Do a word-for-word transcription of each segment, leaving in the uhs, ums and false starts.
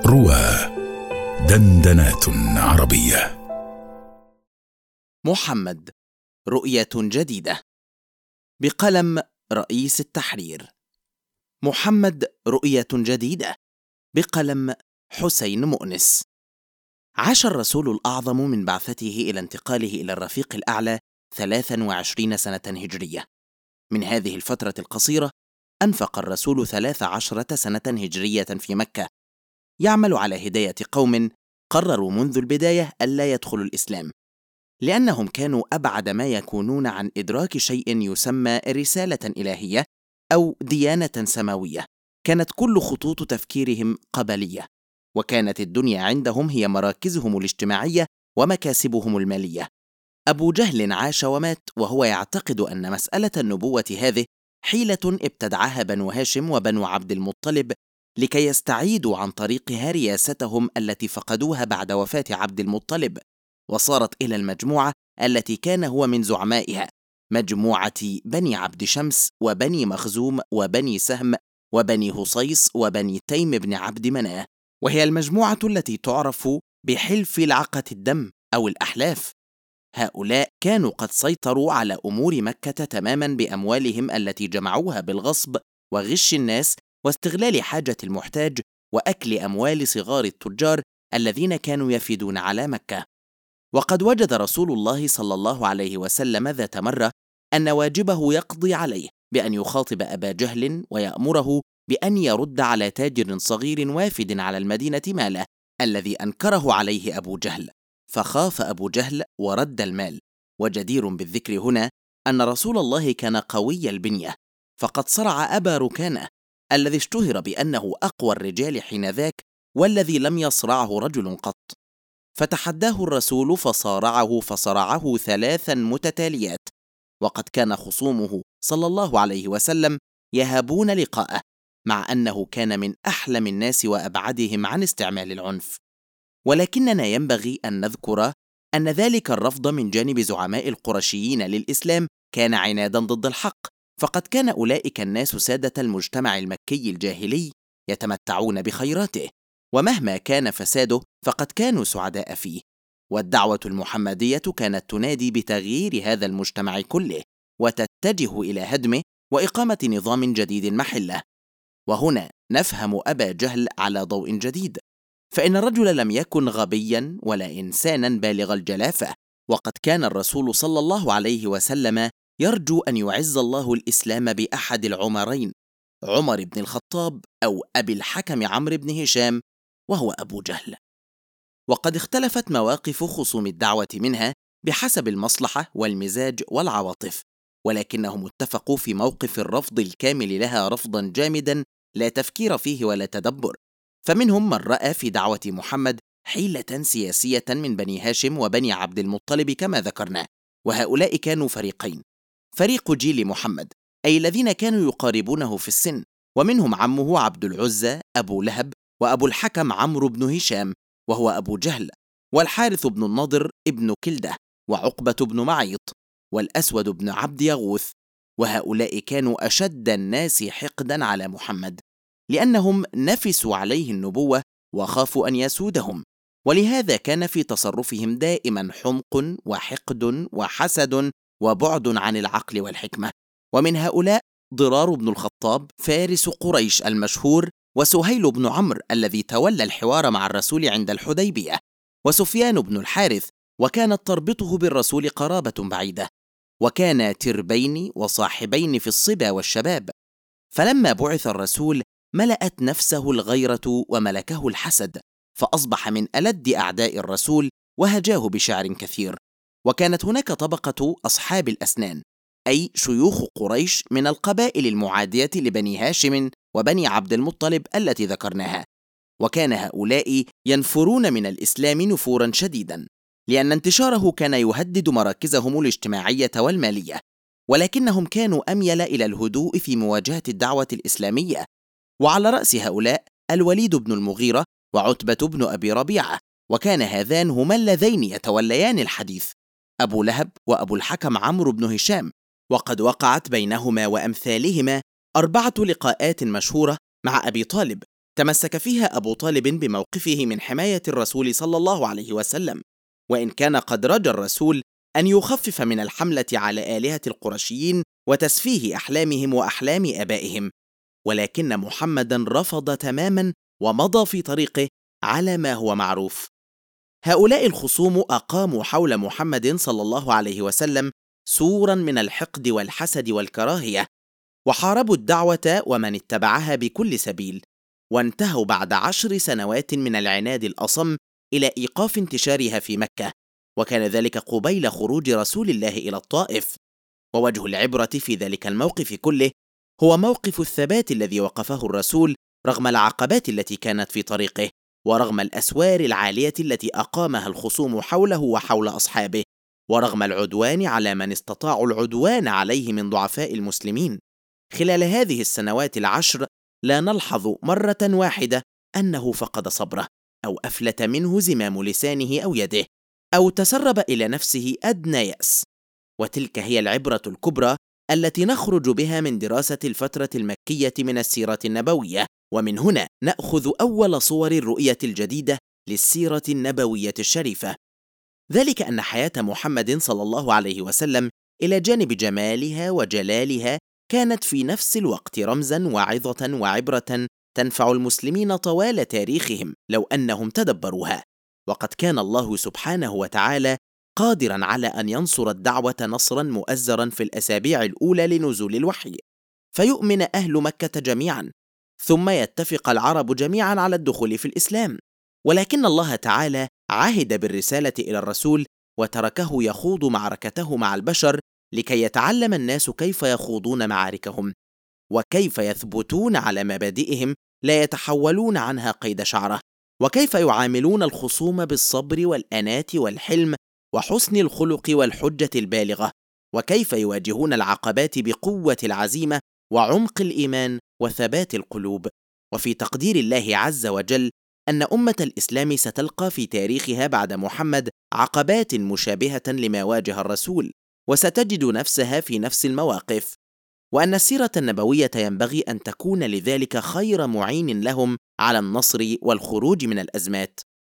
روى دندنات عربية. محمد رؤية جديدة، بقلم رئيس التحرير. محمد رؤية جديدة، بقلم حسين مؤنس. عاش الرسول الأعظم من بعثته إلى انتقاله إلى الرفيق الأعلى ثلاثا وعشرين سنة هجرية. من هذه الفترة القصيرة أنفق الرسول ثلاث عشرة سنة هجرية في مكة، يعمل على هداية قوم قرروا منذ البداية ألا يدخلوا الإسلام، لأنهم كانوا أبعد ما يكونون عن إدراك شيء يسمى رسالة إلهية أو ديانة سماوية. كانت كل خطوط تفكيرهم قبلية، وكانت الدنيا عندهم هي مراكزهم الاجتماعية ومكاسبهم المالية. أبو جهل عاش ومات وهو يعتقد أن مسألة النبوة هذه حيلة ابتدعها بنو هاشم وبنو عبد المطلب لكي يستعيدوا عن طريقها رياستهم التي فقدوها بعد وفاة عبد المطلب، وصارت إلى المجموعة التي كان هو من زعمائها، مجموعة بني عبد شمس وبني مخزوم وبني سهم وبني هصيص وبني تيم بن عبد مناه، وهي المجموعة التي تعرف بحلف العقة الدم أو الأحلاف. هؤلاء كانوا قد سيطروا على أمور مكة تماما بأموالهم التي جمعوها بالغصب وغش الناس واستغلال حاجة المحتاج وأكل أموال صغار التجار الذين كانوا يفدون على مكة. وقد وجد رسول الله صلى الله عليه وسلم ذات مرة أن واجبه يقضي عليه بأن يخاطب أبا جهل ويأمره بأن يرد على تاجر صغير وافد على المدينة ماله الذي أنكره عليه أبو جهل، فخاف أبو جهل ورد المال. وجدير بالذكر هنا أن رسول الله كان قوي البنية، فقد صرع أبا ركانة الذي اشتهر بأنه أقوى الرجال حينذاك والذي لم يصرعه رجل قط، فتحداه الرسول فصارعه فصرعه ثلاثا متتاليات، وقد كان خصومه صلى الله عليه وسلم يهابون لقاءه، مع أنه كان من أحلم الناس وأبعدهم عن استعمال العنف. ولكننا ينبغي أن نذكر أن ذلك الرفض من جانب زعماء القرشيين للإسلام كان عنادا ضد الحق، فقد كان أولئك الناس سادة المجتمع المكي الجاهلي يتمتعون بخيراته، ومهما كان فساده فقد كانوا سعداء فيه. والدعوة المحمدية كانت تنادي بتغيير هذا المجتمع كله وتتجه إلى هدمه وإقامة نظام جديد محله. وهنا نفهم أبا جهل على ضوء جديد، فإن الرجل لم يكن غبيا ولا إنسانا بالغ الجلافة، وقد كان الرسول صلى الله عليه وسلم يرجو أن يعز الله الإسلام بأحد العمرين، عمر بن الخطاب أو أبي الحكم عمرو بن هشام، وهو أبو جهل. وقد اختلفت مواقف خصوم الدعوة منها بحسب المصلحة والمزاج والعواطف، ولكنهم اتفقوا في موقف الرفض الكامل لها رفضا جامدا لا تفكير فيه ولا تدبر. فمنهم من رأى في دعوة محمد حيلة سياسية من بني هاشم وبني عبد المطلب كما ذكرنا، وهؤلاء كانوا فريقين: فريق جيل محمد أي الذين كانوا يقاربونه في السن، ومنهم عمه عبد العزى أبو لهب، وأبو الحكم عمرو بن هشام وهو أبو جهل، والحارث بن النضر ابن كلدة، وعقبة بن معيط، والأسود بن عبد يغوث. وهؤلاء كانوا أشد الناس حقدا على محمد، لأنهم نفسوا عليه النبوة وخافوا أن يسودهم، ولهذا كان في تصرفهم دائما حمق وحقد وحسد وبعد عن العقل والحكمة. ومن هؤلاء ضرار بن الخطاب فارس قريش المشهور، وسهيل بن عمرو الذي تولى الحوار مع الرسول عند الحديبية، وسفيان بن الحارث، وكانت تربطه بالرسول قرابة بعيدة، وكانا تربين وصاحبين في الصبا والشباب. فلما بعث الرسول ملأت نفسه الغيرة وملكه الحسد، فأصبح من ألد أعداء الرسول وهجاه بشعر كثير. وكانت هناك طبقة أصحاب الأسنان أي شيوخ قريش من القبائل المعادية لبني هاشم وبني عبد المطلب التي ذكرناها، وكان هؤلاء ينفرون من الإسلام نفورا شديدا، لأن انتشاره كان يهدد مراكزهم الاجتماعية والمالية، ولكنهم كانوا أميل إلى الهدوء في مواجهة الدعوة الإسلامية. وعلى رأس هؤلاء الوليد بن المغيرة وعتبة بن أبي ربيعة، وكان هذان هما اللذين يتوليان الحديث، أبو لهب وأبو الحكم عمرو بن هشام. وقد وقعت بينهما وأمثالهما أربعة لقاءات مشهورة مع أبي طالب، تمسك فيها أبو طالب بموقفه من حماية الرسول صلى الله عليه وسلم، وإن كان قد رجى الرسول أن يخفف من الحملة على آلهة القرشيين وتسفيه أحلامهم وأحلام آبائهم، ولكن محمدًا رفض تمامًا ومضى في طريقه على ما هو معروف. هؤلاء الخصوم أقاموا حول محمد صلى الله عليه وسلم سورًا من الحقد والحسد والكراهية، وحاربوا الدعوة ومن اتبعها بكل سبيل، وانتهوا بعد عشر سنوات من العناد الأصم إلى إيقاف انتشارها في مكة، وكان ذلك قبيل خروج رسول الله إلى الطائف. ووجه العبرة في ذلك الموقف كله هو موقف الثبات الذي وقفه الرسول رغم العقبات التي كانت في طريقه، ورغم الأسوار العالية التي أقامها الخصوم حوله وحول أصحابه، ورغم العدوان على من استطاعوا العدوان عليه من ضعفاء المسلمين. خلال هذه السنوات العشر لا نلحظ مرة واحدة أنه فقد صبره، أو أفلت منه زمام لسانه أو يده، أو تسرب إلى نفسه أدنى يأس. وتلك هي العبرة الكبرى التي نخرج بها من دراسة الفترة المكية من السيرة النبوية، ومن هنا نأخذ أول صور الرؤية الجديدة للسيرة النبوية الشريفة، ذلك أن حياة محمد صلى الله عليه وسلم إلى جانب جمالها وجلالها كانت في نفس الوقت رمزاً وعظة وعبرة تنفع المسلمين طوال تاريخهم لو أنهم تدبروها. وقد كان الله سبحانه وتعالى قادراً على أن ينصر الدعوة نصراً مؤزراً في الأسابيع الأولى لنزول الوحي، فيؤمن أهل مكة جميعاً، ثم يتفق العرب جميعاً على الدخول في الإسلام. ولكن الله تعالى عهد بالرسالة إلى الرسول وتركه يخوض معركته مع البشر لكي يتعلم الناس كيف يخوضون معاركهم، وكيف يثبتون على مبادئهم لا يتحولون عنها قيد شعرة، وكيف يعاملون الخصوم بالصبر والأناة والحلم وحسن الخلق والحجة البالغة، وكيف يواجهون العقبات بقوة العزيمة وعمق الإيمان وثبات القلوب. وفي تقدير الله عز وجل أن أمة الإسلام ستلقى في تاريخها بعد محمد عقبات مشابهة لما واجه الرسول، وستجد نفسها في نفس المواقف، وأن السيرة النبوية ينبغي أن تكون لذلك خير معين لهم على النصر والخروج من الأزمات.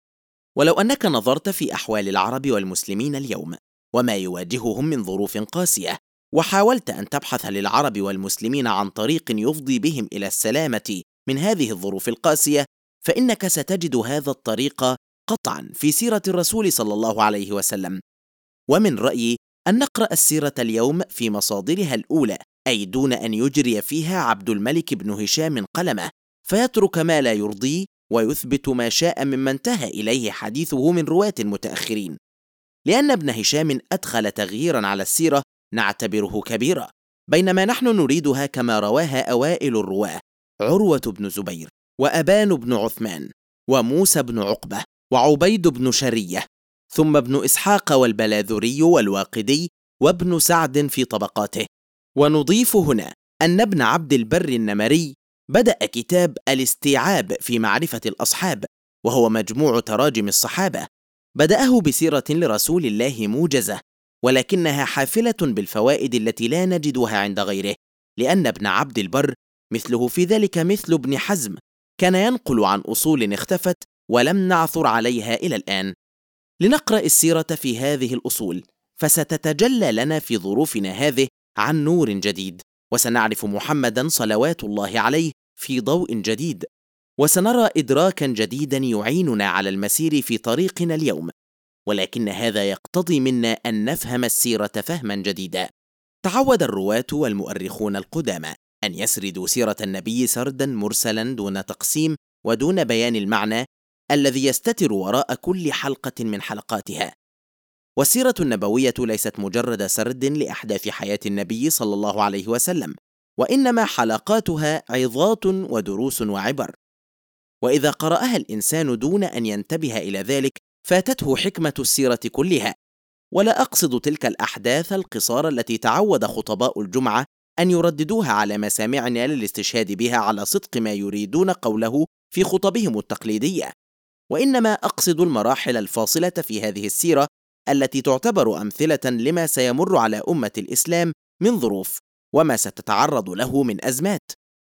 ولو أنك نظرت في أحوال العرب والمسلمين اليوم وما يواجههم من ظروف قاسية، وحاولت أن تبحث للعرب والمسلمين عن طريق يفضي بهم إلى السلامة من هذه الظروف القاسية، فإنك ستجد هذا الطريق قطعاً في سيرة الرسول صلى الله عليه وسلم. ومن رأيي أن نقرأ السيرة اليوم في مصادرها الأولى، أي دون أن يجري فيها عبد الملك بن هشام قلمه فيترك ما لا يرضيه ويثبت ما شاء مما انتهى إليه حديثه من رواة متأخرين، لأن ابن هشام أدخل تغييراً على السيرة نعتبره كبيرة، بينما نحن نريدها كما رواها أوائل الرواة عروة بن زبير وأبان بن عثمان وموسى بن عقبة وعبيد بن شرية، ثم ابن إسحاق والبلاذري والواقدي وابن سعد في طبقاته. ونضيف هنا أن ابن عبد البر النمري بدأ كتاب الاستيعاب في معرفة الأصحاب، وهو مجموع تراجم الصحابة، بدأه بسيرة لرسول الله موجزة، ولكنها حافلة بالفوائد التي لا نجدها عند غيره، لأن ابن عبد البر مثله في ذلك مثل ابن حزم كان ينقل عن أصول اختفت ولم نعثر عليها إلى الآن. لنقرأ السيرة في هذه الأصول، فستتجلى لنا في ظروفنا هذه عن نور جديد، وسنعرف محمدًا صلوات الله عليه في ضوء جديد، وسنرى إدراكًا جديدًا يعيننا على المسير في طريقنا اليوم. ولكن هذا يقتضي منا أن نفهم السيرة فهمًا جديدًا. تعود الرواة والمؤرخون القدامى أن يسردوا سيرة النبي سردًا مرسلًا دون تقسيم ودون بيان المعنى الذي يستتر وراء كل حلقة من حلقاتها. والسيرة النبوية ليست مجرد سرد لأحداث حياة النبي صلى الله عليه وسلم، وإنما حلقاتها عظات ودروس وعبر، وإذا قرأها الإنسان دون أن ينتبه إلى ذلك فاتته حكمة السيرة كلها. ولا أقصد تلك الأحداث القصار التي تعود خطباء الجمعة أن يرددوها على مسامعنا للاستشهاد بها على صدق ما يريدون قوله في خطبهم التقليدية، وإنما أقصد المراحل الفاصلة في هذه السيرة التي تعتبر أمثلة لما سيمر على أمة الإسلام من ظروف وما ستتعرض له من أزمات.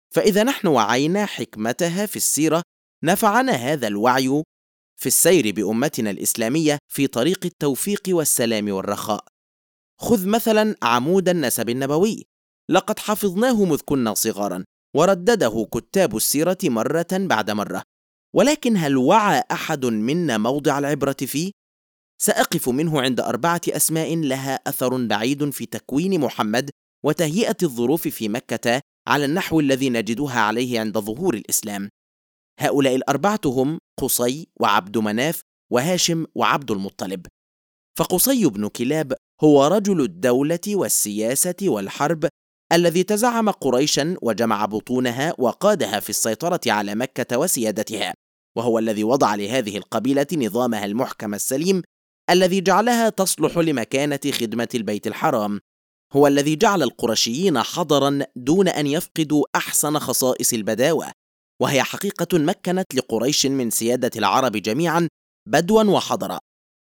فإذا نحن وعينا حكمتها في السيرة نفعنا هذا الوعي في السير بأمتنا الإسلامية في طريق التوفيق والسلام والرخاء. خذ مثلا عمود النسب النبوي، لقد حفظناه مذ كنا صغارا وردده كتاب السيرة مرة بعد مرة، ولكن هل وعى أحد منا موضع العبرة فيه؟ سأقف منه عند أربعة أسماء لها أثر بعيد في تكوين محمد وتهيئة الظروف في مكة على النحو الذي نجدها عليه عند ظهور الإسلام. هؤلاء الأربعة هم قصي وعبد مناف وهاشم وعبد المطلب. فقصي بن كلاب هو رجل الدولة والسياسة والحرب الذي تزعم قريشا وجمع بطونها وقادها في السيطرة على مكة وسيادتها، وهو الذي وضع لهذه القبيلة نظامها المحكم السليم الذي جعلها تصلح لمكانة خدمة البيت الحرام. هو الذي جعل القرشيين حضرا دون أن يفقدوا أحسن خصائص البداوة، وهي حقيقة مكنت لقريش من سيادة العرب جميعا بدوا وحضرا،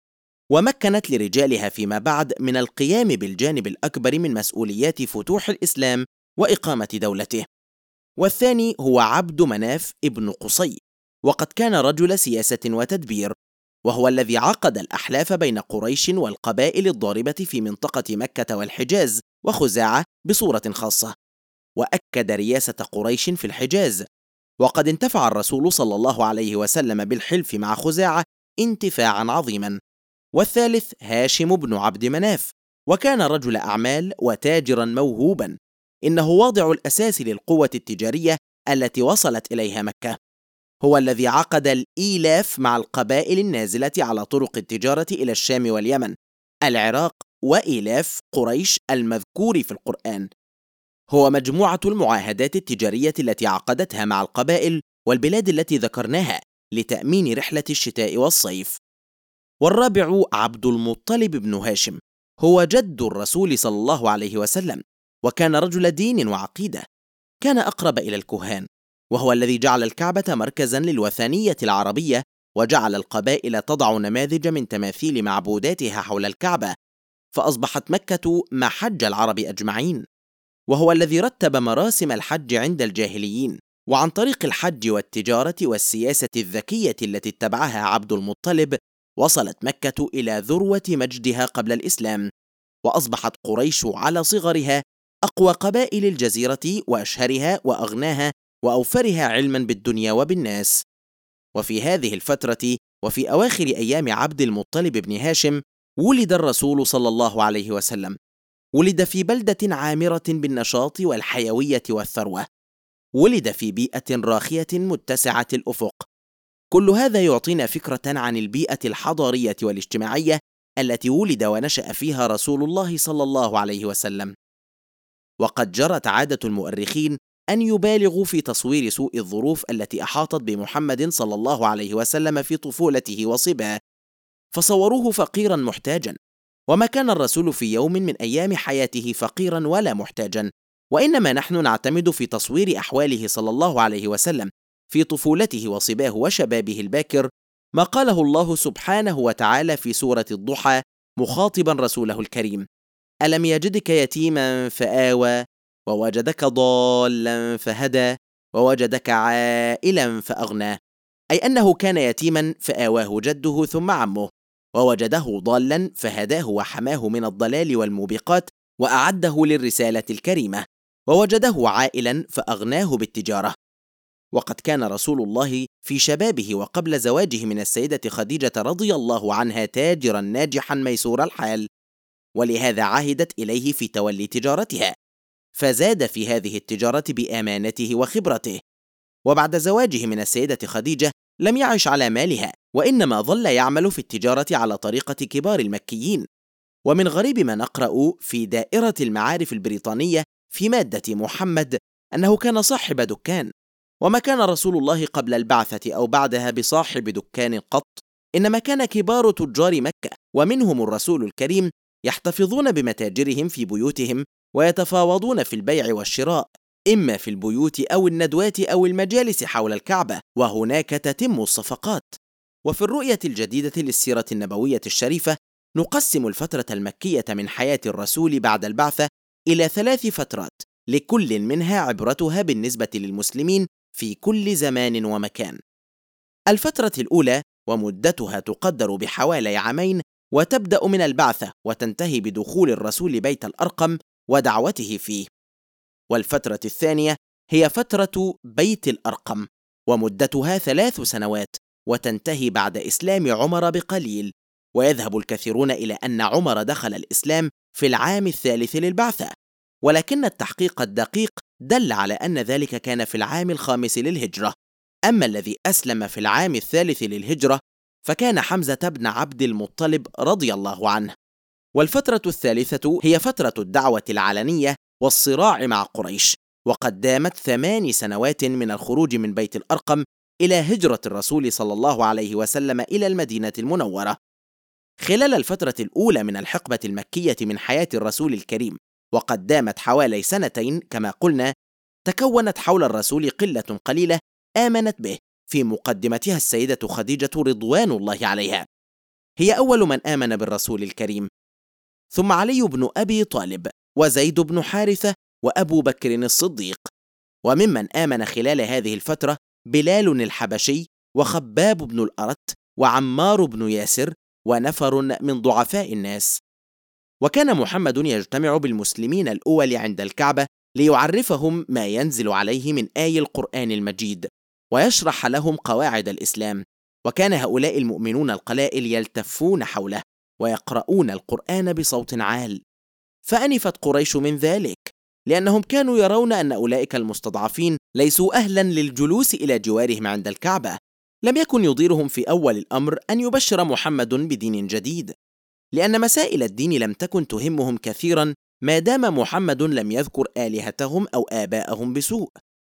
ومكنت لرجالها فيما بعد من القيام بالجانب الأكبر من مسؤوليات فتوح الإسلام وإقامة دولته. والثاني هو عبد مناف ابن قصي، وقد كان رجل سياسة وتدبير، وهو الذي عقد الأحلاف بين قريش والقبائل الضاربة في منطقة مكة والحجاز وخزاعة بصورة خاصة، وأكد رياسة قريش في الحجاز، وقد انتفع الرسول صلى الله عليه وسلم بالحلف مع خزاعة انتفاعا عظيما. والثالث هاشم بن عبد مناف، وكان رجل أعمال وتاجرا موهوبا، إنه واضع الأساس للقوة التجارية التي وصلت إليها مكة. هو الذي عقد الإيلاف مع القبائل النازلة على طرق التجارة إلى الشام واليمن، العراق وإيلاف قريش المذكور في القرآن. هو مجموعة المعاهدات التجارية التي عقدتها مع القبائل والبلاد التي ذكرناها لتأمين رحلة الشتاء والصيف. والرابع عبد المطلب بن هاشم، هو جد الرسول صلى الله عليه وسلم، وكان رجل دين وعقيدة، كان أقرب إلى الكهان، وهو الذي جعل الكعبة مركزا للوثنية العربية، وجعل القبائل تضع نماذج من تماثيل معبوداتها حول الكعبة، فأصبحت مكة محج العرب أجمعين. وهو الذي رتب مراسم الحج عند الجاهليين، وعن طريق الحج والتجارة والسياسة الذكية التي اتبعها عبد المطلب وصلت مكة إلى ذروة مجدها قبل الإسلام، وأصبحت قريش على صغرها أقوى قبائل الجزيرة وأشهرها وأغناها وأوفرها علما بالدنيا وبالناس. وفي هذه الفترة وفي أواخر أيام عبد المطلب بن هاشم ولد الرسول صلى الله عليه وسلم. ولد في بلدة عامرة بالنشاط والحيوية والثروة، ولد في بيئة راخية متسعة الأفق. كل هذا يعطينا فكرة عن البيئة الحضارية والاجتماعية التي ولد ونشأ فيها رسول الله صلى الله عليه وسلم. وقد جرت عادة المؤرخين أن يبالغوا في تصوير سوء الظروف التي أحاطت بمحمد صلى الله عليه وسلم في طفولته وصباه، فصوروه فقيرا محتاجا، وما كان الرسول في يوم من أيام حياته فقيرا ولا محتاجا، وإنما نحن نعتمد في تصوير أحواله صلى الله عليه وسلم في طفولته وصباه وشبابه الباكر ما قاله الله سبحانه وتعالى في سورة الضحى مخاطبا رسوله الكريم: ألم يجدك يتيما فآوى ووجدك ضالا فهدى ووجدك عائلا فأغنى. أي أنه كان يتيما فآواه جده ثم عمه، ووجده ضالا فهداه وحماه من الضلال والموبقات وأعده للرسالة الكريمة، ووجده عائلا فأغناه بالتجارة. وقد كان رسول الله في شبابه وقبل زواجه من السيدة خديجة رضي الله عنها تاجرا ناجحا ميسور الحال، ولهذا عهدت إليه في تولي تجارتها، فزاد في هذه التجارة بأمانته وخبرته. وبعد زواجه من السيدة خديجة لم يعش على مالها، وإنما ظل يعمل في التجارة على طريقة كبار المكيين. ومن غريب ما نقرأ في دائرة المعارف البريطانية في مادة محمد أنه كان صاحب دكان، وما كان رسول الله قبل البعثة أو بعدها بصاحب دكان قط، إنما كان كبار تجار مكة ومنهم الرسول الكريم يحتفظون بمتاجرهم في بيوتهم ويتفاوضون في البيع والشراء، إما في البيوت أو الندوات أو المجالس حول الكعبة، وهناك تتم الصفقات. وفي الرؤية الجديدة للسيرة النبوية الشريفة نقسم الفترة المكية من حياة الرسول بعد البعثة إلى ثلاث فترات لكل منها عبرتها بالنسبة للمسلمين في كل زمان ومكان. الفترة الأولى ومدتها تقدر بحوالي عامين، وتبدأ من البعثة وتنتهي بدخول الرسول بيت الأرقم ودعوته فيه. والفترة الثانية هي فترة بيت الأرقم، ومدتها ثلاث سنوات، وتنتهي بعد إسلام عمر بقليل. ويذهب الكثيرون إلى أن عمر دخل الإسلام في العام الثالث للبعثة، ولكن التحقيق الدقيق دل على أن ذلك كان في العام الخامس للهجرة. أما الذي أسلم في العام الثالث للهجرة فكان حمزة بن عبد المطلب رضي الله عنه. والفترة الثالثة هي فترة الدعوة العلنية والصراع مع قريش، وقد دامت ثمان سنوات من الخروج من بيت الأرقم إلى هجرة الرسول صلى الله عليه وسلم إلى المدينة المنورة. خلال الفترة الأولى من الحقبة المكية من حياة الرسول الكريم، وقد دامت حوالي سنتين كما قلنا، تكونت حول الرسول قلة قليلة آمنت به، في مقدمتها السيدة خديجة رضوان الله عليها، هي أول من آمن بالرسول الكريم، ثم علي بن أبي طالب، وزيد بن حارثة، وأبو بكر الصديق. وممن آمن خلال هذه الفترة بلال الحبشي، وخباب بن الأرت، وعمار بن ياسر، ونفر من ضعفاء الناس. وكان محمد يجتمع بالمسلمين الأول عند الكعبة ليعرفهم ما ينزل عليه من آي القرآن المجيد، ويشرح لهم قواعد الإسلام. وكان هؤلاء المؤمنون القلائل يلتفون حوله ويقرؤون القرآن بصوت عال، فأنفت قريش من ذلك، لأنهم كانوا يرون أن أولئك المستضعفين ليسوا أهلاً للجلوس إلى جوارهم عند الكعبة. لم يكن يضيرهم في أول الأمر أن يبشر محمد بدين جديد، لأن مسائل الدين لم تكن تهمهم كثيراً ما دام محمد لم يذكر آلهتهم أو آباءهم بسوء.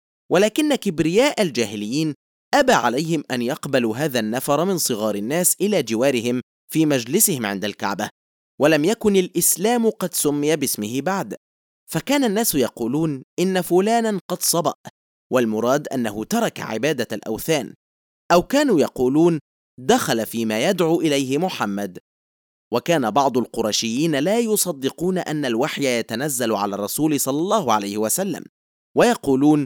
ولكن كبرياء الجاهليين أبى عليهم أن يقبلوا هذا النفر من صغار الناس إلى جوارهم في مجلسهم عند الكعبة، ولم يكن الإسلام قد سمي باسمه بعد، فكان الناس يقولون إن فلانا قد صبأ، والمراد أنه ترك عبادة الأوثان، أو كانوا يقولون دخل فيما يدعو إليه محمد. وكان بعض القرشيين لا يصدقون أن الوحي يتنزل على الرسول صلى الله عليه وسلم، ويقولون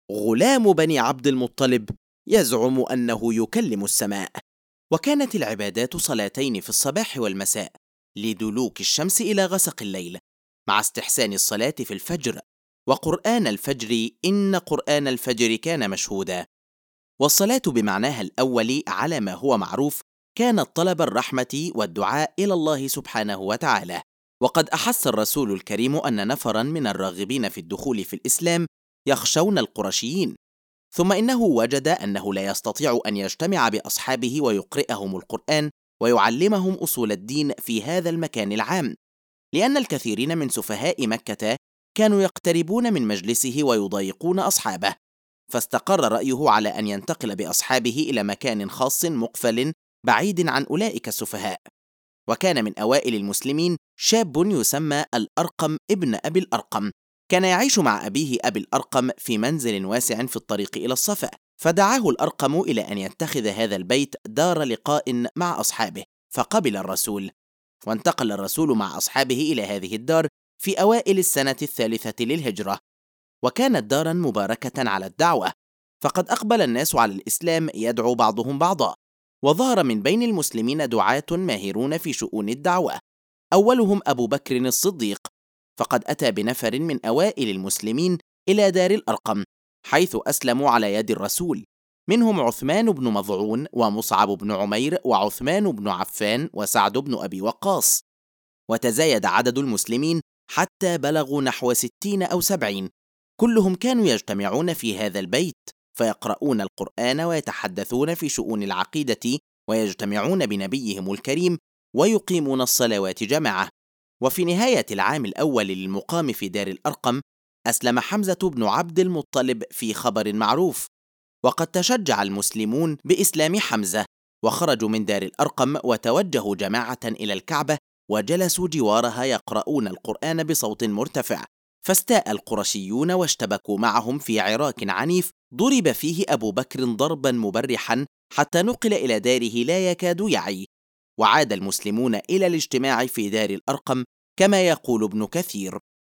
غلام بني عبد المطلب يزعم أنه يكلم السماء. وكانت العبادات صلاتين في الصباح والمساء لدلوك الشمس إلى غسق الليل، مع استحسان الصلاة في الفجر، وقرآن الفجر إن قرآن الفجر كان مشهودا. والصلاة بمعناها الأول على ما هو معروف كانت طلب الرحمة والدعاء إلى الله سبحانه وتعالى. وقد أحس الرسول الكريم أن نفرا من الراغبين في الدخول في الإسلام يخشون القرشيين، ثم إنه وجد أنه لا يستطيع أن يجتمع بأصحابه ويقرئهم القرآن ويعلمهم أصول الدين في هذا المكان العام، لأن الكثيرين من سفهاء مكة كانوا يقتربون من مجلسه ويضايقون أصحابه، فاستقر رأيه على أن ينتقل بأصحابه إلى مكان خاص مقفل بعيد عن أولئك السفهاء. وكان من أوائل المسلمين شاب يسمى الأرقم ابن أبي الأرقم، كان يعيش مع أبيه أبي الأرقم في منزل واسع في الطريق إلى الصفا، فدعاه الأرقم إلى أن يتخذ هذا البيت دار لقاء مع أصحابه، فقبل الرسول، وانتقل الرسول مع أصحابه إلى هذه الدار في أوائل السنة الثالثة للهجرة. وكانت دارا مباركة على الدعوة، فقد أقبل الناس على الإسلام يدعو بعضهم بعضا، وظهر من بين المسلمين دعاة ماهرون في شؤون الدعوة، أولهم أبو بكر الصديق، فقد أتى بنفر من أوائل المسلمين إلى دار الأرقم حيث أسلموا على يد الرسول، منهم عثمان بن مظعون، ومصعب بن عمير، وعثمان بن عفان، وسعد بن أبي وقاص. وتزايد عدد المسلمين حتى بلغوا نحو ستين أو سبعين، كلهم كانوا يجتمعون في هذا البيت فيقرؤون القرآن ويتحدثون في شؤون العقيدة، ويجتمعون بنبيهم الكريم، ويقيمون الصلوات جماعة. وفي نهاية العام الأول للمقام في دار الأرقم أسلم حمزة بن عبد المطلب في خبر معروف، وقد تشجع المسلمون بإسلام حمزة، وخرجوا من دار الأرقم وتوجهوا جماعة إلى الكعبة، وجلسوا جوارها يقرؤون القرآن بصوت مرتفع، فاستاء القرشيون واشتبكوا معهم في عراك عنيف ضرب فيه أبو بكر ضربا مبرحا حتى نقل إلى داره لا يكاد يعي. وعاد المسلمون إلى الاجتماع في دار الأرقم كما يقول ابن كثير.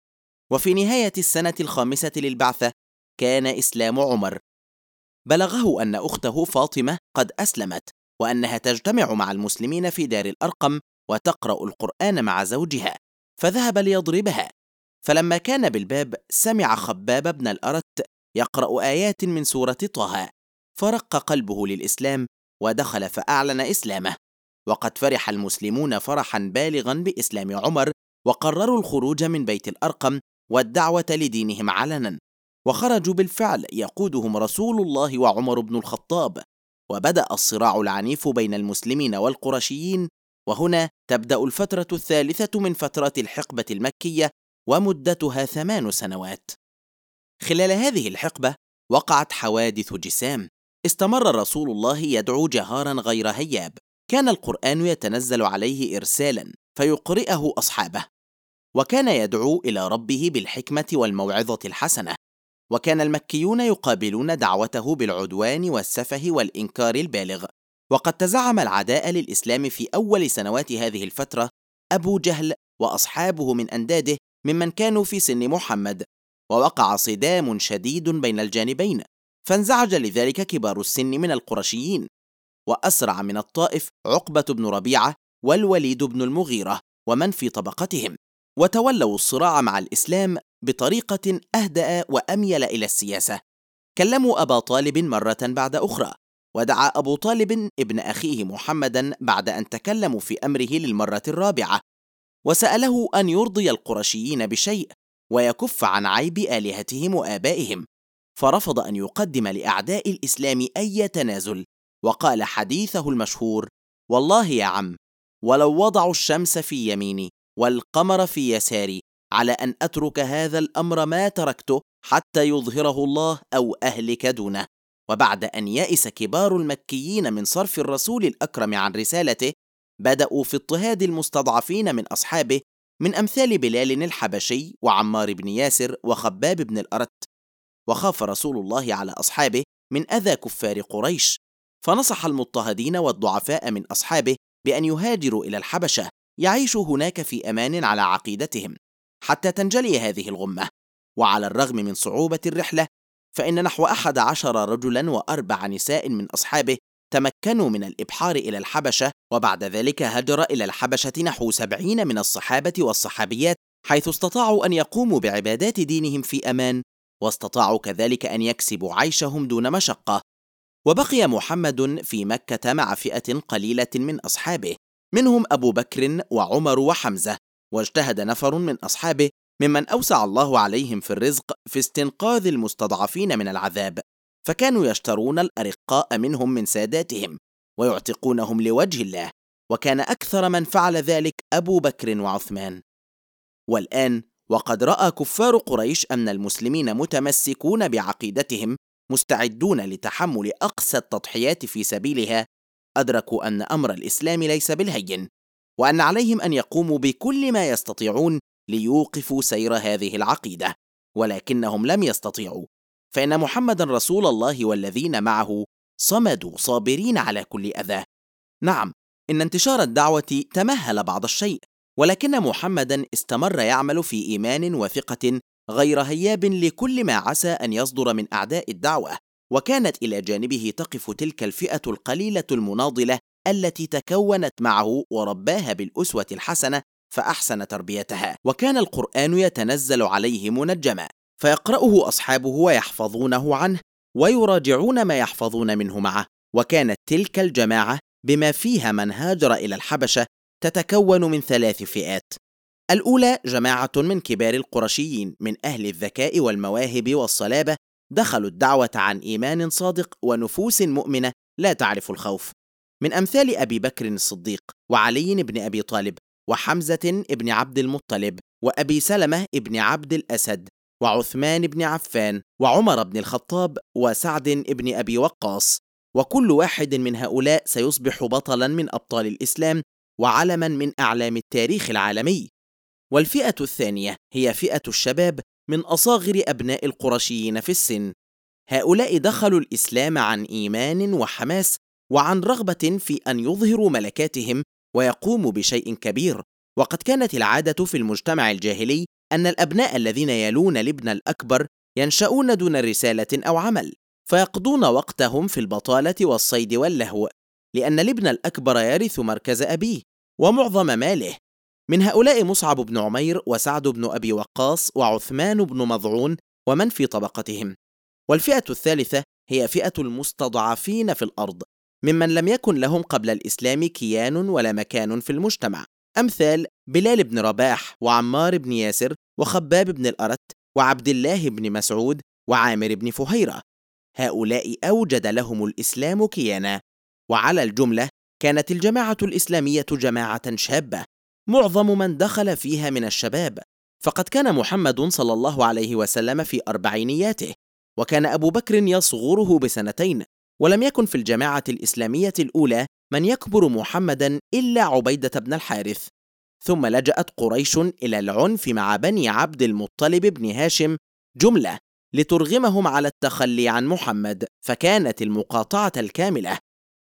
وفي نهاية السنة الخامسة للبعثة كان إسلام عمر. بلغه أن أخته فاطمة قد أسلمت، وأنها تجتمع مع المسلمين في دار الأرقم وتقرأ القرآن مع زوجها، فذهب ليضربها. فلما كان بالباب سمع خباب بن الأرت يقرأ آيات من سورة طه، فرق قلبه للإسلام ودخل فأعلن إسلامه. وقد فرح المسلمون فرحا بالغا بإسلام عمر، وقرروا الخروج من بيت الأرقم والدعوة لدينهم علنا، وخرجوا بالفعل يقودهم رسول الله وعمر بن الخطاب. وبدأ الصراع العنيف بين المسلمين والقرشيين، وهنا تبدأ الفترة الثالثة من فترات الحقبة المكية، ومدتها ثمان سنوات. خلال هذه الحقبة وقعت حوادث جسام. استمر رسول الله يدعو جهارا غير هياب، كان القرآن يتنزل عليه إرسالا فيقرئه أصحابه، وكان يدعو إلى ربه بالحكمة والموعظة الحسنة. وكان المكيون يقابلون دعوته بالعدوان والسفه والإنكار البالغ. وقد تزعم العداء للإسلام في أول سنوات هذه الفترة أبو جهل وأصحابه من أنداده ممن كانوا في سن محمد، ووقع صدام شديد بين الجانبين، فانزعج لذلك كبار السن من القرشيين. وأسرع من الطائف عقبة بن ربيعة والوليد بن المغيرة ومن في طبقتهم، وتولوا الصراع مع الإسلام بطريقة أهدأ وأميل إلى السياسة. كلموا أبا طالب مرة بعد أخرى، ودعا أبو طالب ابن أخيه محمدا بعد أن تكلموا في أمره للمرة الرابعة، وسأله أن يرضي القرشيين بشيء ويكف عن عيب آلهتهم وآبائهم، فرفض أن يقدم لأعداء الإسلام أي تنازل، وقال حديثه المشهور: والله يا عم، ولو وضعوا الشمس في يميني والقمر في يساري على أن أترك هذا الأمر ما تركته حتى يظهره الله أو أهلك دونه. وبعد أن يئس كبار المكيين من صرف الرسول الأكرم عن رسالته، بدأوا في اضطهاد المستضعفين من أصحابه، من أمثال بلال الحبشي وعمار بن ياسر وخباب بن الأرت. وخاف رسول الله على أصحابه من أذى كفار قريش، فنصح المضطهدين والضعفاء من أصحابه بأن يهاجروا إلى الحبشة يعيشوا هناك في أمان على عقيدتهم حتى تنجلي هذه الغمة. وعلى الرغم من صعوبة الرحلة، فإن نحو أحد عشر رجلا وأربع نساء من أصحابه تمكنوا من الإبحار إلى الحبشة. وبعد ذلك هاجر إلى الحبشة نحو سبعين من الصحابة والصحابيات، حيث استطاعوا أن يقوموا بعبادات دينهم في أمان، واستطاعوا كذلك أن يكسبوا عيشهم دون مشقة. وبقي محمد في مكة مع فئة قليلة من أصحابه، منهم أبو بكر وعمر وحمزة. واجتهد نفر من أصحابه ممن أوسع الله عليهم في الرزق في استنقاذ المستضعفين من العذاب، فكانوا يشترون الأرقاء منهم من ساداتهم ويعتقونهم لوجه الله، وكان أكثر من فعل ذلك أبو بكر وعثمان. والآن وقد رأى كفار قريش أن المسلمين متمسكون بعقيدتهم مستعدون لتحمل أقصى التضحيات في سبيلها، أدركوا أن أمر الإسلام ليس بالهين، وأن عليهم أن يقوموا بكل ما يستطيعون ليوقفوا سير هذه العقيدة. ولكنهم لم يستطيعوا، فإن محمد رسول الله والذين معه صمدوا صابرين على كل أذى. نعم، إن انتشار الدعوة تمهل بعض الشيء، ولكن محمدا استمر يعمل في إيمان وثقة غير هياب لكل ما عسى أن يصدر من أعداء الدعوة. وكانت إلى جانبه تقف تلك الفئة القليلة المناضلة التي تكونت معه ورباها بالأسوة الحسنة فأحسن تربيتها. وكان القرآن يتنزل عليه منجما، فيقرأه أصحابه ويحفظونه عنه ويراجعون ما يحفظون منه معه. وكانت تلك الجماعة بما فيها من هاجر إلى الحبشة تتكون من ثلاث فئات. الأولى جماعة من كبار القرشيين من أهل الذكاء والمواهب والصلابة، دخلوا الدعوة عن إيمان صادق ونفوس مؤمنة لا تعرف الخوف، من أمثال أبي بكر الصديق وعلي بن أبي طالب وحمزة بن عبد المطلب وأبي سلمة بن عبد الأسد وعثمان بن عفان وعمر بن الخطاب وسعد بن أبي وقاص. وكل واحد من هؤلاء سيصبح بطلا من أبطال الإسلام وعلما من أعلام التاريخ العالمي. والفئة الثانية هي فئة الشباب من أصاغر أبناء القرشيين في السن، هؤلاء دخلوا الإسلام عن إيمان وحماس وعن رغبة في أن يظهروا ملكاتهم ويقوموا بشيء كبير. وقد كانت العادة في المجتمع الجاهلي أن الأبناء الذين يلون الابن الأكبر ينشأون دون رسالة أو عمل، فيقضون وقتهم في البطالة والصيد واللهو، لأن الابن الأكبر يرث مركز أبيه ومعظم ماله. من هؤلاء مصعب بن عمير وسعد بن أبي وقاص وعثمان بن مظعون ومن في طبقتهم. والفئة الثالثة هي فئة المستضعفين في الأرض، ممن لم يكن لهم قبل الإسلام كيان ولا مكان في المجتمع، أمثال بلال بن رباح وعمار بن ياسر وخباب بن الأرت وعبد الله بن مسعود وعامر بن فهيرة. هؤلاء أوجد لهم الإسلام كيانا. وعلى الجملة كانت الجماعة الإسلامية جماعة شابة، معظم من دخل فيها من الشباب، فقد كان محمد صلى الله عليه وسلم في أربعينياته، وكان أبو بكر يصغره بسنتين، ولم يكن في الجماعة الإسلامية الأولى من يكبر محمدا إلا عبيدة بن الحارث. ثم لجأت قريش إلى العنف مع بني عبد المطلب بن هاشم جملة لترغمهم على التخلي عن محمد، فكانت المقاطعة الكاملة،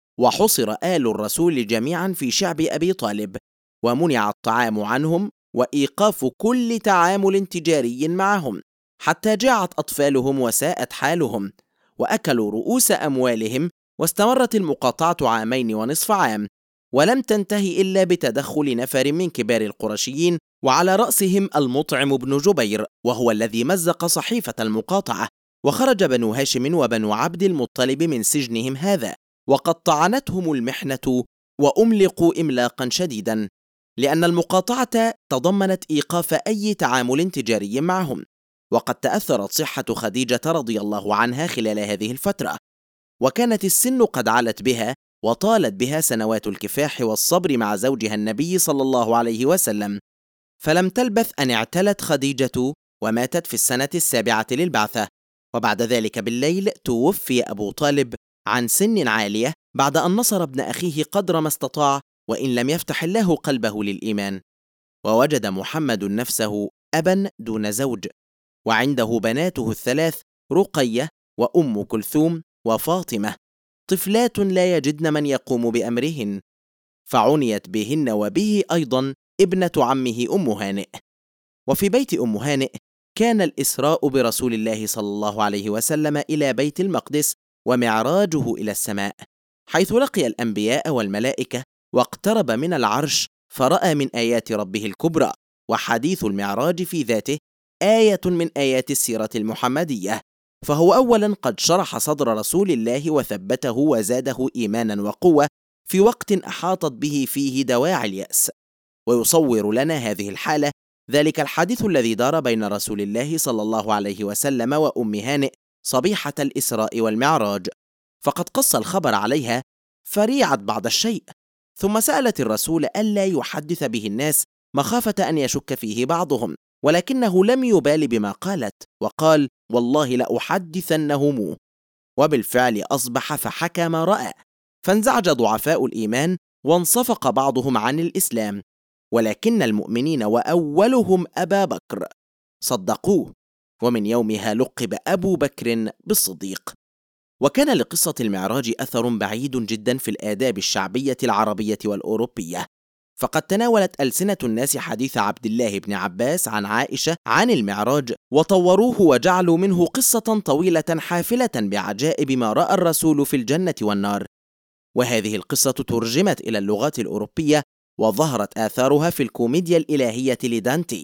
وحصر آل الرسول جميعا في شعب أبي طالب، ومنع الطعام عنهم وإيقاف كل تعامل تجاري معهم، حتى جاعت أطفالهم وساءت حالهم، وأكلوا رؤوس أموالهم، واستمرت المقاطعة عامين ونصف عام، ولم تنتهي إلا بتدخل نفر من كبار القرشيين، وعلى رأسهم المطعم بن جبير، وهو الذي مزق صحيفة المقاطعة. وخرج بنو هاشم وبنو عبد المطلب من سجنهم هذا، وقد طعنتهم المحنة وأملقوا إملاقا شديدا، لأن المقاطعة تضمنت إيقاف أي تعامل تجاري معهم. وقد تأثرت صحة خديجة رضي الله عنها خلال هذه الفترة، وكانت السن قد علت بها، وطالت بها سنوات الكفاح والصبر مع زوجها النبي صلى الله عليه وسلم، فلم تلبث أن اعتلت خديجة وماتت في السنة السابعة للبعثة. وبعد ذلك بالليل توفي أبو طالب عن سن عالية، بعد أن نصر ابن أخيه قدر ما استطاع، وإن لم يفتح الله قلبه للإيمان. ووجد محمد نفسه أبا دون زوج، وعنده بناته الثلاث رقية وأم كلثوم وفاطمة، طفلات لا يجدن من يقوم بأمرهن، فعنيت بهن وبه أيضا ابنة عمه أم هانئ. وفي بيت أم هانئ كان الإسراء برسول الله صلى الله عليه وسلم إلى بيت المقدس ومعراجه إلى السماء، حيث لقي الأنبياء والملائكة، واقترب من العرش فرأى من آيات ربه الكبرى. وحديث المعراج في ذاته آية من آيات السيرة المحمدية، فهو أولا قد شرح صدر رسول الله وثبته وزاده إيمانا وقوة في وقت أحاطت به فيه دواعي اليأس. ويصور لنا هذه الحالة ذلك الحديث الذي دار بين رسول الله صلى الله عليه وسلم وأم هانئ صبيحة الإسراء والمعراج، فقد قص الخبر عليها فريعت بعض الشيء، ثم سألت الرسول ألا يحدث به الناس مخافة أن يشك فيه بعضهم، ولكنه لم يبال بما قالت، وقال: والله لأحدثنهم. وبالفعل أصبح فحكى ما رأى، فانزعج ضعفاء الإيمان وانصفق بعضهم عن الإسلام، ولكن المؤمنين وأولهم أبا بكر صدقوه، ومن يومها لقب أبو بكر بالصديق. وكان لقصة المعراج أثر بعيد جدا في الآداب الشعبية العربية والأوروبية، فقد تناولت ألسنة الناس حديث عبد الله بن عباس عن عائشة عن المعراج، وطوروه وجعلوا منه قصة طويلة حافلة بعجائب ما رأى الرسول في الجنة والنار. وهذه القصة ترجمت إلى اللغات الأوروبية، وظهرت آثارها في الكوميديا الإلهية لدانتي.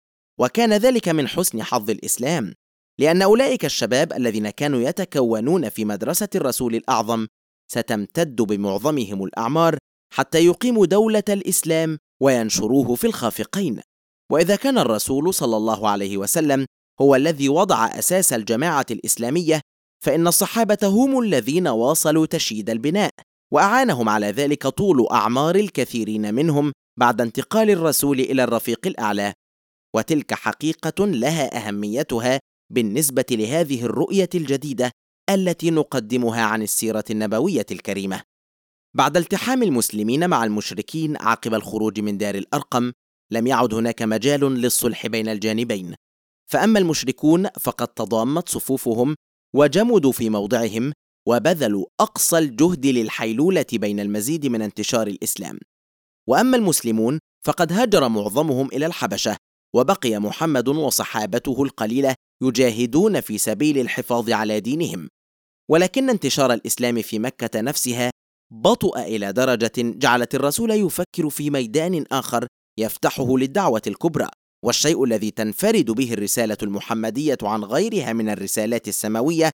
وكان ذلك من حسن حظ الإسلام، لأن أولئك الشباب الذين كانوا يتكونون في مدرسة الرسول الأعظم ستمتد بمعظمهم الأعمار حتى يقيموا دولة الإسلام وينشروه في الخافقين. وإذا كان الرسول صلى الله عليه وسلم هو الذي وضع أساس الجماعة الإسلامية، فإن الصحابة هم الذين واصلوا تشييد البناء، وأعانهم على ذلك طول أعمار الكثيرين منهم بعد انتقال الرسول إلى الرفيق الأعلى. وتلك حقيقة لها أهميتها بالنسبة لهذه الرؤية الجديدة التي نقدمها عن السيرة النبوية الكريمة. بعد التحام المسلمين مع المشركين عقب الخروج من دار الأرقم، لم يعد هناك مجال للصلح بين الجانبين، فأما المشركون فقد تضامت صفوفهم وجمدوا في موضعهم، وبذلوا أقصى الجهد للحيلولة بين المزيد من انتشار الإسلام. وأما المسلمون فقد هاجر معظمهم إلى الحبشة، وبقي محمد وصحابته القليلة يجاهدون في سبيل الحفاظ على دينهم. ولكن انتشار الإسلام في مكة نفسها بطؤ إلى درجة جعلت الرسول يفكر في ميدان آخر يفتحه للدعوة الكبرى، والشيء الذي تنفرد به الرسالة المحمدية عن غيرها من الرسالات السماوية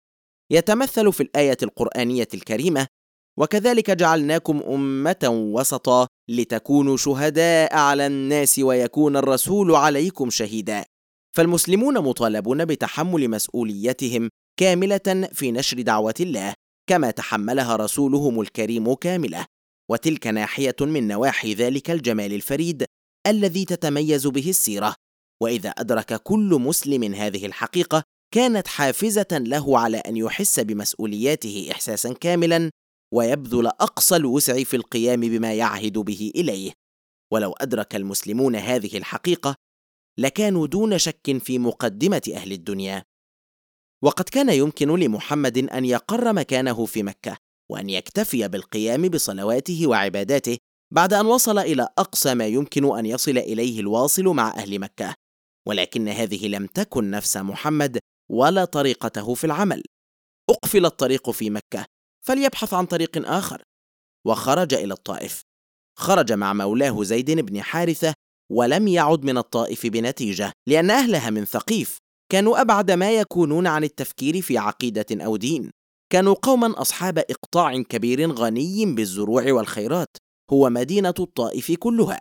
يتمثل في الآية القرآنية الكريمة: وكذلك جعلناكم أمة وسطا لتكونوا شهداء على الناس ويكون الرسول عليكم شهيدا. فالمسلمون مطالبون بتحمل مسؤوليتهم كاملة في نشر دعوة الله كما تحملها رسولهم الكريم كاملة، وتلك ناحية من نواحي ذلك الجمال الفريد الذي تتميز به السيرة. وإذا أدرك كل مسلم هذه الحقيقة كانت حافزة له على أن يحس بمسؤولياته إحساسا كاملا ويبذل أقصى الوسع في القيام بما يعهد به إليه. ولو أدرك المسلمون هذه الحقيقة لكانوا دون شك في مقدمة أهل الدنيا. وقد كان يمكن لمحمد أن يقر مكانه في مكة وأن يكتفي بالقيام بصلواته وعباداته بعد أن وصل إلى أقصى ما يمكن أن يصل إليه الواصل مع أهل مكة، ولكن هذه لم تكن نفس محمد ولا طريقته في العمل. أقفل الطريق في مكة فليبحث عن طريق آخر، وخرج إلى الطائف. خرج مع مولاه زيد بن حارثة ولم يعد من الطائف بنتيجة، لأن أهلها من ثقيف كانوا أبعد ما يكونون عن التفكير في عقيدة أو دين. كانوا قوما أصحاب إقطاع كبير غني بالزروع والخيرات، هو مدينة الطائف كلها.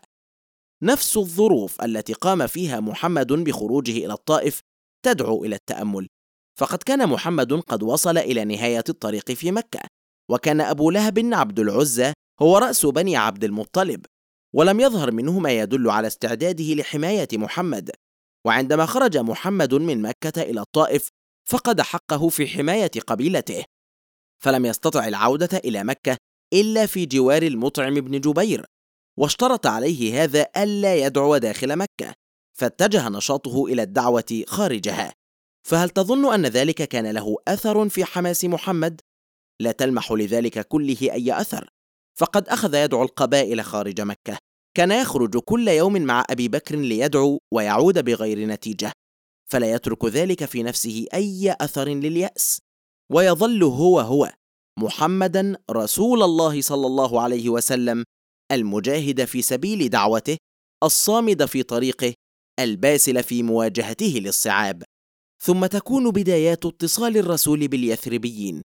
نفس الظروف التي قام فيها محمد بخروجه إلى الطائف تدعو إلى التأمل، فقد كان محمد قد وصل إلى نهاية الطريق في مكة، وكان أبو لهب عبد العزى هو رأس بني عبد المطلب، ولم يظهر منه ما يدل على استعداده لحماية محمد. وعندما خرج محمد من مكة إلى الطائف فقد حقه في حماية قبيلته، فلم يستطع العودة إلى مكة إلا في جوار المطعم بن جبير، واشترط عليه هذا ألا يدعو داخل مكة، فاتجه نشاطه إلى الدعوة خارجها. فهل تظن أن ذلك كان له أثر في حماس محمد؟ لا تلمح لذلك كله أي أثر، فقد أخذ يدعو القبائل خارج مكة. كان يخرج كل يوم مع أبي بكر ليدعو ويعود بغير نتيجة، فلا يترك ذلك في نفسه أي أثر لليأس، ويظل هو هو محمدًا رسول الله صلى الله عليه وسلم، المجاهد في سبيل دعوته، الصامد في طريقه، الباسل في مواجهته للصعاب. ثم تكون بدايات اتصال الرسول باليثربيين،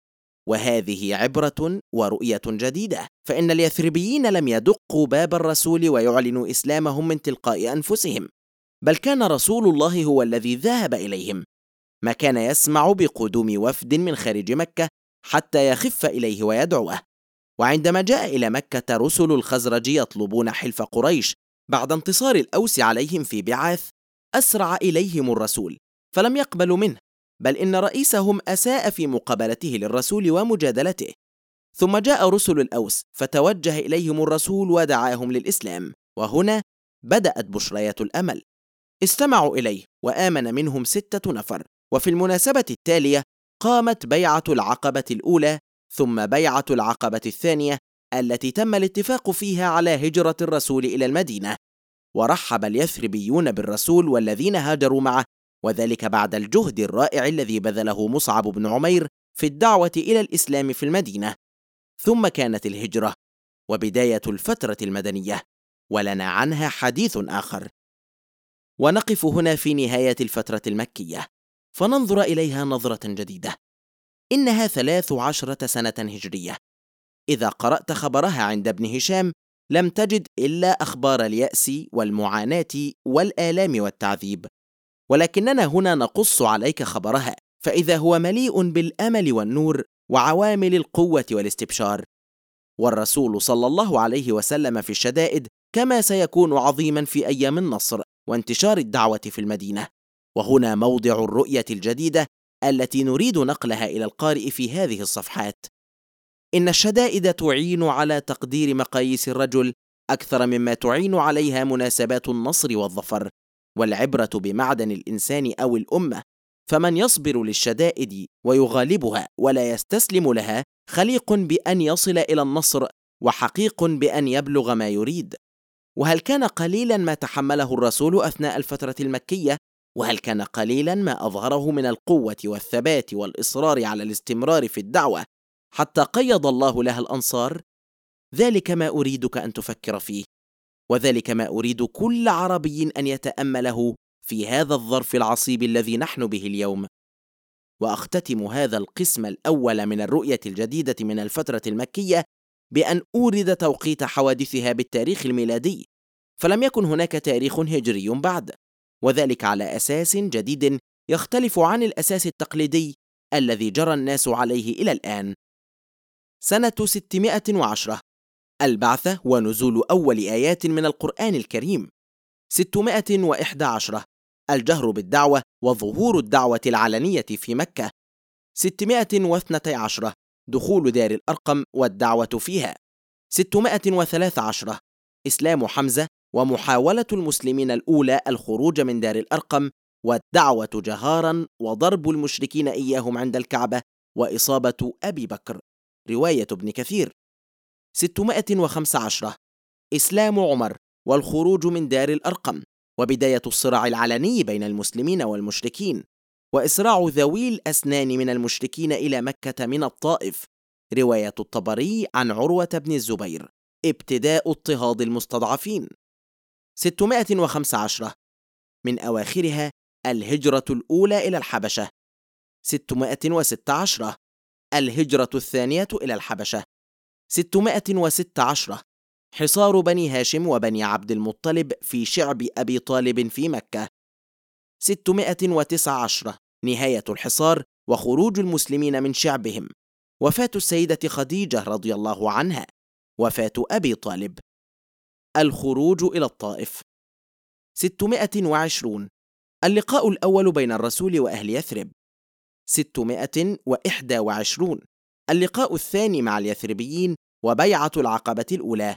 وهذه عبرة ورؤية جديدة، فإن اليثربيين لم يدقوا باب الرسول ويعلنوا إسلامهم من تلقاء أنفسهم، بل كان رسول الله هو الذي ذهب إليهم. ما كان يسمع بقدوم وفد من خارج مكة حتى يخف إليه ويدعوه. وعندما جاء إلى مكة رسل الخزرج يطلبون حلف قريش بعد انتصار الأوس عليهم في بعاث، أسرع إليهم الرسول فلم يقبلوا منه، بل إن رئيسهم أساء في مقابلته للرسول ومجادلته. ثم جاء رسل الأوس فتوجه إليهم الرسول ودعاهم للإسلام، وهنا بدأت بشريات الأمل. استمعوا إليه وآمن منهم ستة نفر. وفي المناسبة التالية قامت بيعة العقبة الأولى، ثم بيعة العقبة الثانية التي تم الاتفاق فيها على هجرة الرسول إلى المدينة. ورحب اليثربيون بالرسول والذين هاجروا معه، وذلك بعد الجهد الرائع الذي بذله مصعب بن عمير في الدعوة إلى الإسلام في المدينة. ثم كانت الهجرة وبداية الفترة المدنية، ولنا عنها حديث آخر. ونقف هنا في نهاية الفترة المكية، فننظر إليها نظرة جديدة. إنها ثلاث عشرة سنة هجرية. إذا قرأت خبرها عند ابن هشام لم تجد إلا أخبار اليأس والمعاناة والآلام والتعذيب، ولكننا هنا نقص عليك خبرها، فإذا هو مليء بالأمل والنور وعوامل القوة والاستبشار. والرسول صلى الله عليه وسلم في الشدائد كما سيكون عظيما في أيام النصر وانتشار الدعوة في المدينة. وهنا موضع الرؤية الجديدة التي نريد نقلها إلى القارئ في هذه الصفحات. إن الشدائد تعين على تقدير مقاييس الرجل أكثر مما تعين عليها مناسبات النصر والظفر، والعبرة بمعدن الإنسان أو الأمة، فمن يصبر للشدائد ويغالبها ولا يستسلم لها خليق بأن يصل إلى النصر وحقيق بأن يبلغ ما يريد. وهل كان قليلا ما تحمله الرسول أثناء الفترة المكية؟ وهل كان قليلا ما أظهره من القوة والثبات والإصرار على الاستمرار في الدعوة حتى قيض الله لها الأنصار؟ ذلك ما أريدك أن تفكر فيه، وذلك ما أريد كل عربي أن يتأمله في هذا الظرف العصيب الذي نحن به اليوم. وأختتم هذا القسم الأول من الرؤية الجديدة من الفترة المكية بأن أورد توقيت حوادثها بالتاريخ الميلادي، فلم يكن هناك تاريخ هجري بعد، وذلك على أساس جديد يختلف عن الأساس التقليدي الذي جرى الناس عليه إلى الآن. سنة ستمائة وعشرة، البعثة ونزول أول آيات من القرآن الكريم. ستمائة وإحدى عشرة، الجهر بالدعوة وظهور الدعوة العلنية في مكة. ستمائة واثنتي عشرة، دخول دار الأرقم والدعوة فيها. ستمائة وثلاث عشرة، إسلام حمزة ومحاولة المسلمين الأولى الخروج من دار الأرقم والدعوة جهارا وضرب المشركين إياهم عند الكعبة وإصابة أبي بكر، رواية ابن كثير. ستمائة وخمس عشرة، إسلام عمر والخروج من دار الأرقم وبداية الصراع العلني بين المسلمين والمشركين، وإسراع ذوي الأسنان من المشركين إلى مكة من الطائف، رواية الطبري عن عروة بن الزبير، ابتداء اضطهاد المستضعفين. ستمائة وخمس عشرة، من أواخرها الهجرة الأولى إلى الحبشة. ستمائة وست عشرة، الهجرة الثانية إلى الحبشة. ستمائة وست عشرة، حصار بني هاشم وبني عبد المطلب في شعب أبي طالب في مكة. ستمائة وتسع عشرة، نهاية الحصار وخروج المسلمين من شعبهم، وفاة السيدة خديجة رضي الله عنها، وفاة أبي طالب، الخروج إلى الطائف. ستمائة وعشرون، اللقاء الأول بين الرسول وأهل يثرب. ستمائة وإحدى وعشرون، اللقاء الثاني مع اليثربيين وبيعة العقبة الأولى.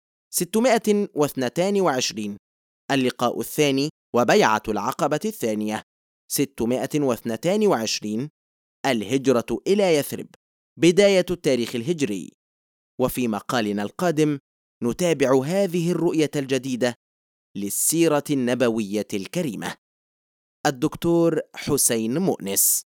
ستمائة واثنتان وعشرين، اللقاء الثاني وبيعة العقبة الثانية. ستمائة واثنتان وعشرين، الهجرة إلى يثرب، بداية التاريخ الهجري. وفي مقالنا القادم نتابع هذه الرؤية الجديدة للسيرة النبوية الكريمة. الدكتور حسين مؤنس.